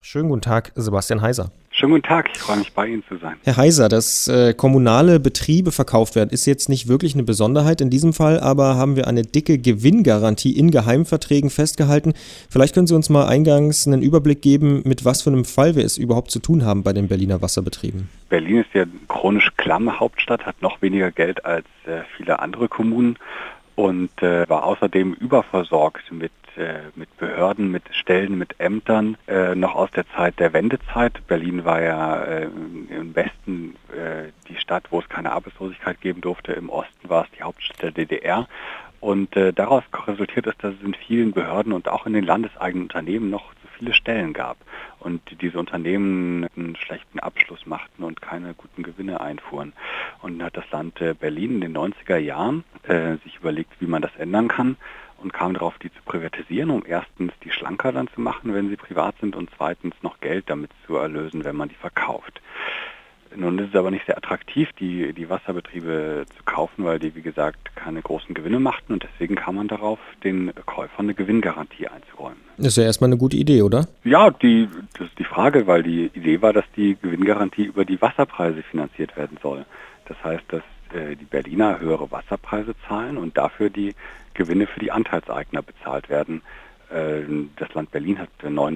Schönen guten Tag, Sebastian Heiser. Schönen guten Tag, ich freue mich, bei Ihnen zu sein. Herr Heiser, dass kommunale Betriebe verkauft werden, ist jetzt nicht wirklich eine Besonderheit. In diesem Fall aber haben wir eine dicke Gewinngarantie in Geheimverträgen festgehalten. Vielleicht können Sie uns mal eingangs einen Überblick geben, mit was für einem Fall wir es überhaupt zu tun haben bei den Berliner Wasserbetrieben. Berlin ist ja chronisch klamme Hauptstadt, hat noch weniger Geld als viele andere Kommunen und war außerdem überversorgt mit Behörden, mit Stellen, mit Ämtern, noch aus der Zeit der Wendezeit. Berlin war ja im Westen die Stadt, wo es keine Arbeitslosigkeit geben durfte. Im Osten war es die Hauptstadt der DDR. Und daraus resultiert ist, dass es in vielen Behörden und auch in den landeseigenen Unternehmen noch zu viele Stellen gab. Und diese Unternehmen einen schlechten Abschluss machten und keine guten Gewinne einfuhren. Und dann hat das Land Berlin in den 90er Jahren sich überlegt, wie man das ändern kann. Und kam darauf, die zu privatisieren, um erstens die schlanker dann zu machen, wenn sie privat sind, und zweitens noch Geld damit zu erlösen, wenn man die verkauft. Nun ist es aber nicht sehr attraktiv, die Wasserbetriebe zu kaufen, weil die, wie gesagt, keine großen Gewinne machten, und deswegen kam man darauf, den Käufern eine Gewinngarantie einzuräumen. Das ist ja erstmal eine gute Idee, oder? Ja, das ist die Frage, weil die Idee war, dass die Gewinngarantie über die Wasserpreise finanziert werden soll. Das heißt, dass die Berliner höhere Wasserpreise zahlen und dafür die Gewinne für die Anteilseigner bezahlt werden. Das Land Berlin hat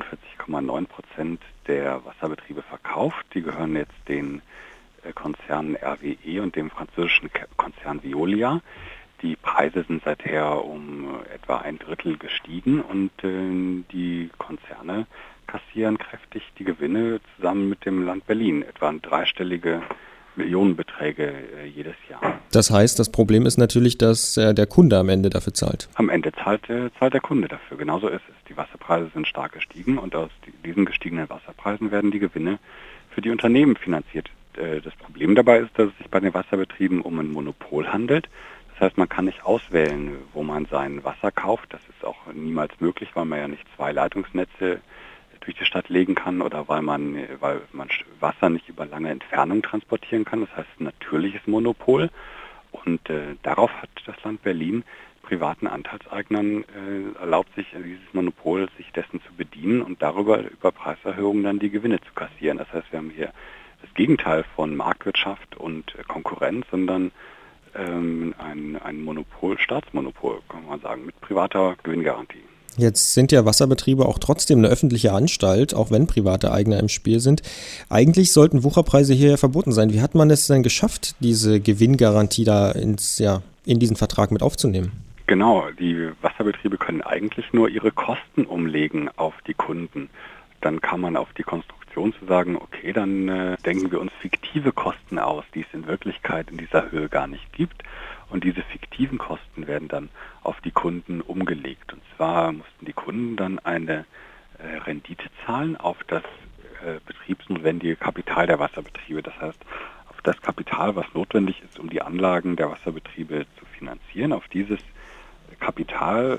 49,9% der Wasserbetriebe verkauft. Die gehören jetzt den Konzernen RWE und dem französischen Konzern Veolia. Die Preise sind seither um etwa ein Drittel gestiegen und die Konzerne kassieren kräftig die Gewinne zusammen mit dem Land Berlin, etwa dreistellige Millionenbeträge jedes Jahr. Das heißt, das Problem ist natürlich, dass der Kunde am Ende dafür zahlt. Am Ende zahlt der Kunde dafür. Genauso ist es. Die Wasserpreise sind stark gestiegen und aus diesen gestiegenen Wasserpreisen werden die Gewinne für die Unternehmen finanziert. Das Problem dabei ist, dass es sich bei den Wasserbetrieben um ein Monopol handelt. Das heißt, man kann nicht auswählen, wo man sein Wasser kauft. Das ist auch niemals möglich, weil man ja nicht zwei Leitungsnetze durch die Stadt legen kann oder weil man Wasser nicht über lange Entfernungen transportieren kann. Das heißt, ein natürliches Monopol. Und darauf hat das Land Berlin privaten Anteilseignern erlaubt, sich dieses Monopol, sich dessen zu bedienen und darüber über Preiserhöhungen dann die Gewinne zu kassieren. Das heißt, wir haben hier das Gegenteil von Marktwirtschaft und Konkurrenz, sondern ein Monopol, Staatsmonopol, kann man sagen, mit privater Gewinngarantie. Jetzt sind ja Wasserbetriebe auch trotzdem eine öffentliche Anstalt, auch wenn private Eigner im Spiel sind. Eigentlich sollten Wucherpreise hier ja verboten sein. Wie hat man es denn geschafft, diese Gewinngarantie da in diesen Vertrag mit aufzunehmen? Genau, die Wasserbetriebe können eigentlich nur ihre Kosten umlegen auf die Kunden. Dann kann man auf die Konstruktion zu sagen, okay, dann denken wir uns fiktive Kosten aus, die es in Wirklichkeit in dieser Höhe gar nicht gibt. Und diese fiktiven Kosten werden dann auf die Kunden umgelegt. Und zwar mussten die Kunden dann eine Rendite zahlen auf das betriebsnotwendige Kapital der Wasserbetriebe. Das heißt, auf das Kapital, was notwendig ist, um die Anlagen der Wasserbetriebe zu finanzieren. Auf dieses Kapital,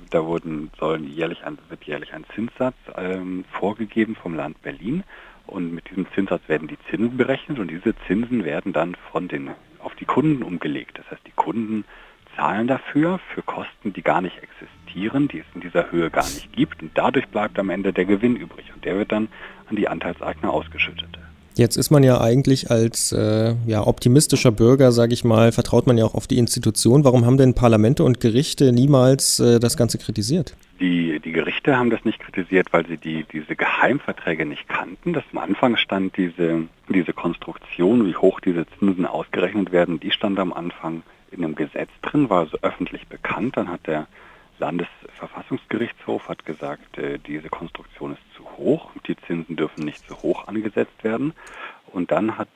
wird jährlich ein Zinssatz vorgegeben vom Land Berlin. Und mit diesem Zinssatz werden die Zinsen berechnet und diese Zinsen werden dann auf die Kunden umgelegt. Das heißt, die Kunden zahlen dafür für Kosten, die gar nicht existieren, die es in dieser Höhe gar nicht gibt. Und dadurch bleibt am Ende der Gewinn übrig und der wird dann an die Anteilseigner ausgeschüttet. Jetzt ist man ja eigentlich als optimistischer Bürger, sage ich mal, vertraut man ja auch auf die Institution. Warum haben denn Parlamente und Gerichte niemals das Ganze kritisiert? Die Gerichte haben das nicht kritisiert, weil sie diese Geheimverträge nicht kannten. Am Anfang stand diese Konstruktion, wie hoch diese Zinsen ausgerechnet werden, die stand am Anfang in einem Gesetz drin, war also öffentlich bekannt. Dann hat der Landesverfassungsgerichtshof gesagt, diese Konstruktion ist zu hoch und die Zinsen dürfen nicht zu hoch angesetzt werden. Und dann hat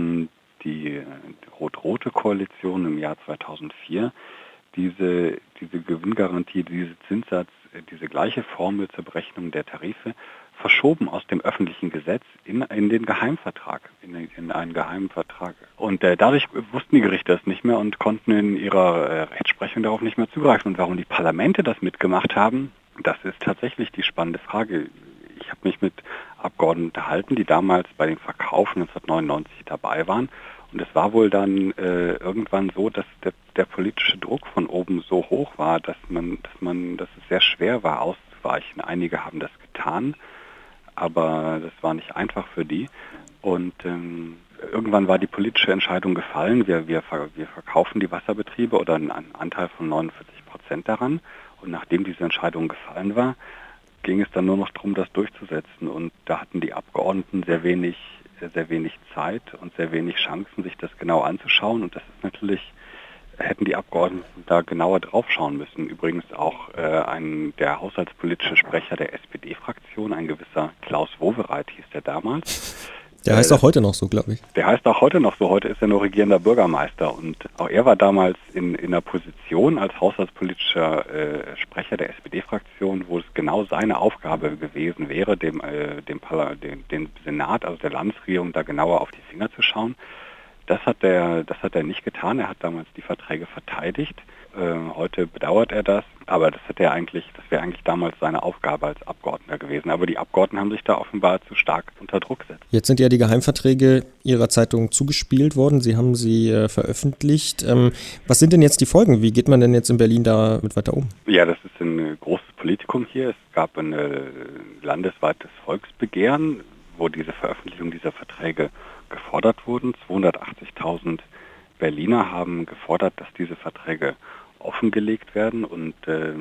die rot-rote Koalition im Jahr 2004 diese Gewinngarantie, diese Zinssatz, diese gleiche Formel zur Berechnung der Tarife verschoben aus dem öffentlichen Gesetz in den Geheimvertrag, in einen Geheimvertrag. Und dadurch wussten die Gerichte das nicht mehr und konnten in ihrer Rechtsprechung darauf nicht mehr zugreifen. Und warum die Parlamente das mitgemacht haben, das ist tatsächlich die spannende Frage. Ich habe mich mit Abgeordneten unterhalten, die damals bei dem Verkauf 1999 dabei waren. Und es war wohl dann irgendwann so, dass der politische Druck von oben so hoch war, dass es sehr schwer war auszuweichen. Einige haben das getan, aber das war nicht einfach für die. Und irgendwann war die politische Entscheidung gefallen, wir verkaufen die Wasserbetriebe oder einen Anteil von 49% daran. Und nachdem diese Entscheidung gefallen war, ging es dann nur noch darum, das durchzusetzen. Und da hatten die Abgeordneten sehr wenig Zeit und sehr wenig Chancen, sich das genau anzuschauen. Und das ist natürlich, hätten die Abgeordneten da genauer drauf schauen müssen. Übrigens auch der haushaltspolitische Sprecher der SPD-Fraktion, ein gewisser Klaus Wowereit hieß der damals. Der heißt auch heute noch so, glaube ich. Der heißt auch heute noch so. Heute ist er nur regierender Bürgermeister. Und auch er war damals in einer Position als haushaltspolitischer Sprecher der SPD-Fraktion, wo es genau seine Aufgabe gewesen wäre, dem Senat, also der Landesregierung, da genauer auf die Finger zu schauen. Das hat er nicht getan. Er hat damals die Verträge verteidigt. Heute bedauert er das, aber das wäre eigentlich damals seine Aufgabe als Abgeordneter gewesen. Aber die Abgeordneten haben sich da offenbar zu stark unter Druck gesetzt. Jetzt sind ja die Geheimverträge Ihrer Zeitung zugespielt worden. Sie haben sie veröffentlicht. Was sind denn jetzt die Folgen? Wie geht man denn jetzt in Berlin damit weiter um? Ja, das ist ein großes Politikum hier. Es gab ein landesweites Volksbegehren, wo diese Veröffentlichung dieser Verträge gefordert wurden. 280.000 Berliner haben gefordert, dass diese Verträge offengelegt werden und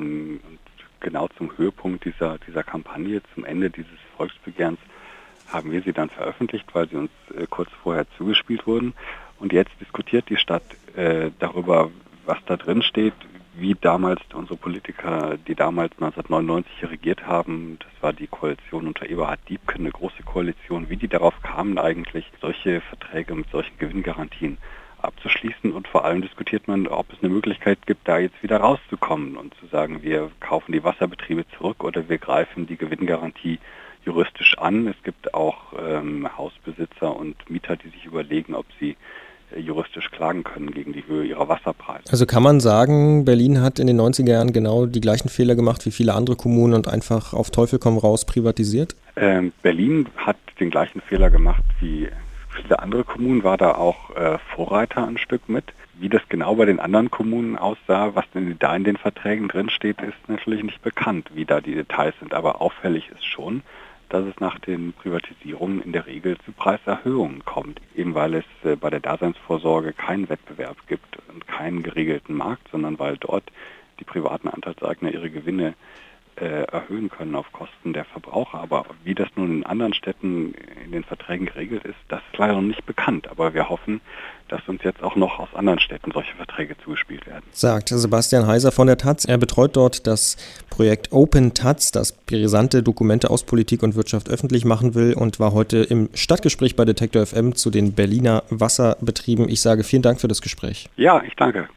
genau zum Höhepunkt dieser Kampagne, zum Ende dieses Volksbegehrens, haben wir sie dann veröffentlicht, weil sie uns kurz vorher zugespielt wurden. Und jetzt diskutiert die Stadt darüber, was da drin steht, wie damals unsere Politiker, die damals 1999 hier regiert haben, das war die Koalition unter Eberhard Diepken, eine große Koalition, wie die darauf kamen eigentlich, solche Verträge mit solchen Gewinngarantien abzuschließen, und vor allem diskutiert man, ob es eine Möglichkeit gibt, da jetzt wieder rauszukommen und zu sagen, wir kaufen die Wasserbetriebe zurück oder wir greifen die Gewinngarantie juristisch an. Es gibt auch Hausbesitzer und Mieter, die sich überlegen, ob sie juristisch klagen können gegen die Höhe ihrer Wasserpreise. Also kann man sagen, Berlin hat in den 90er Jahren genau die gleichen Fehler gemacht wie viele andere Kommunen und einfach auf Teufel komm raus privatisiert? Berlin hat den gleichen Fehler gemacht wie viele andere Kommunen, war da auch Vorreiter ein Stück mit. Wie das genau bei den anderen Kommunen aussah, was denn da in den Verträgen drinsteht, ist natürlich nicht bekannt, wie da die Details sind. Aber auffällig ist schon, dass es nach den Privatisierungen in der Regel zu Preiserhöhungen kommt. Eben weil es bei der Daseinsvorsorge keinen Wettbewerb gibt und keinen geregelten Markt, sondern weil dort die privaten Anteilseigner ihre Gewinne erhöhen können auf Kosten der Verbraucher. Aber wie das nun in anderen Städten in den Verträgen geregelt ist, das ist leider noch nicht bekannt. Aber wir hoffen, dass uns jetzt auch noch aus anderen Städten solche Verträge zugespielt werden. Sagt Sebastian Heiser von der taz. Er betreut dort das Projekt Open taz, das brisante Dokumente aus Politik und Wirtschaft öffentlich machen will, und war heute im Stadtgespräch bei Detektor FM zu den Berliner Wasserbetrieben. Ich sage vielen Dank für das Gespräch. Ja, ich danke.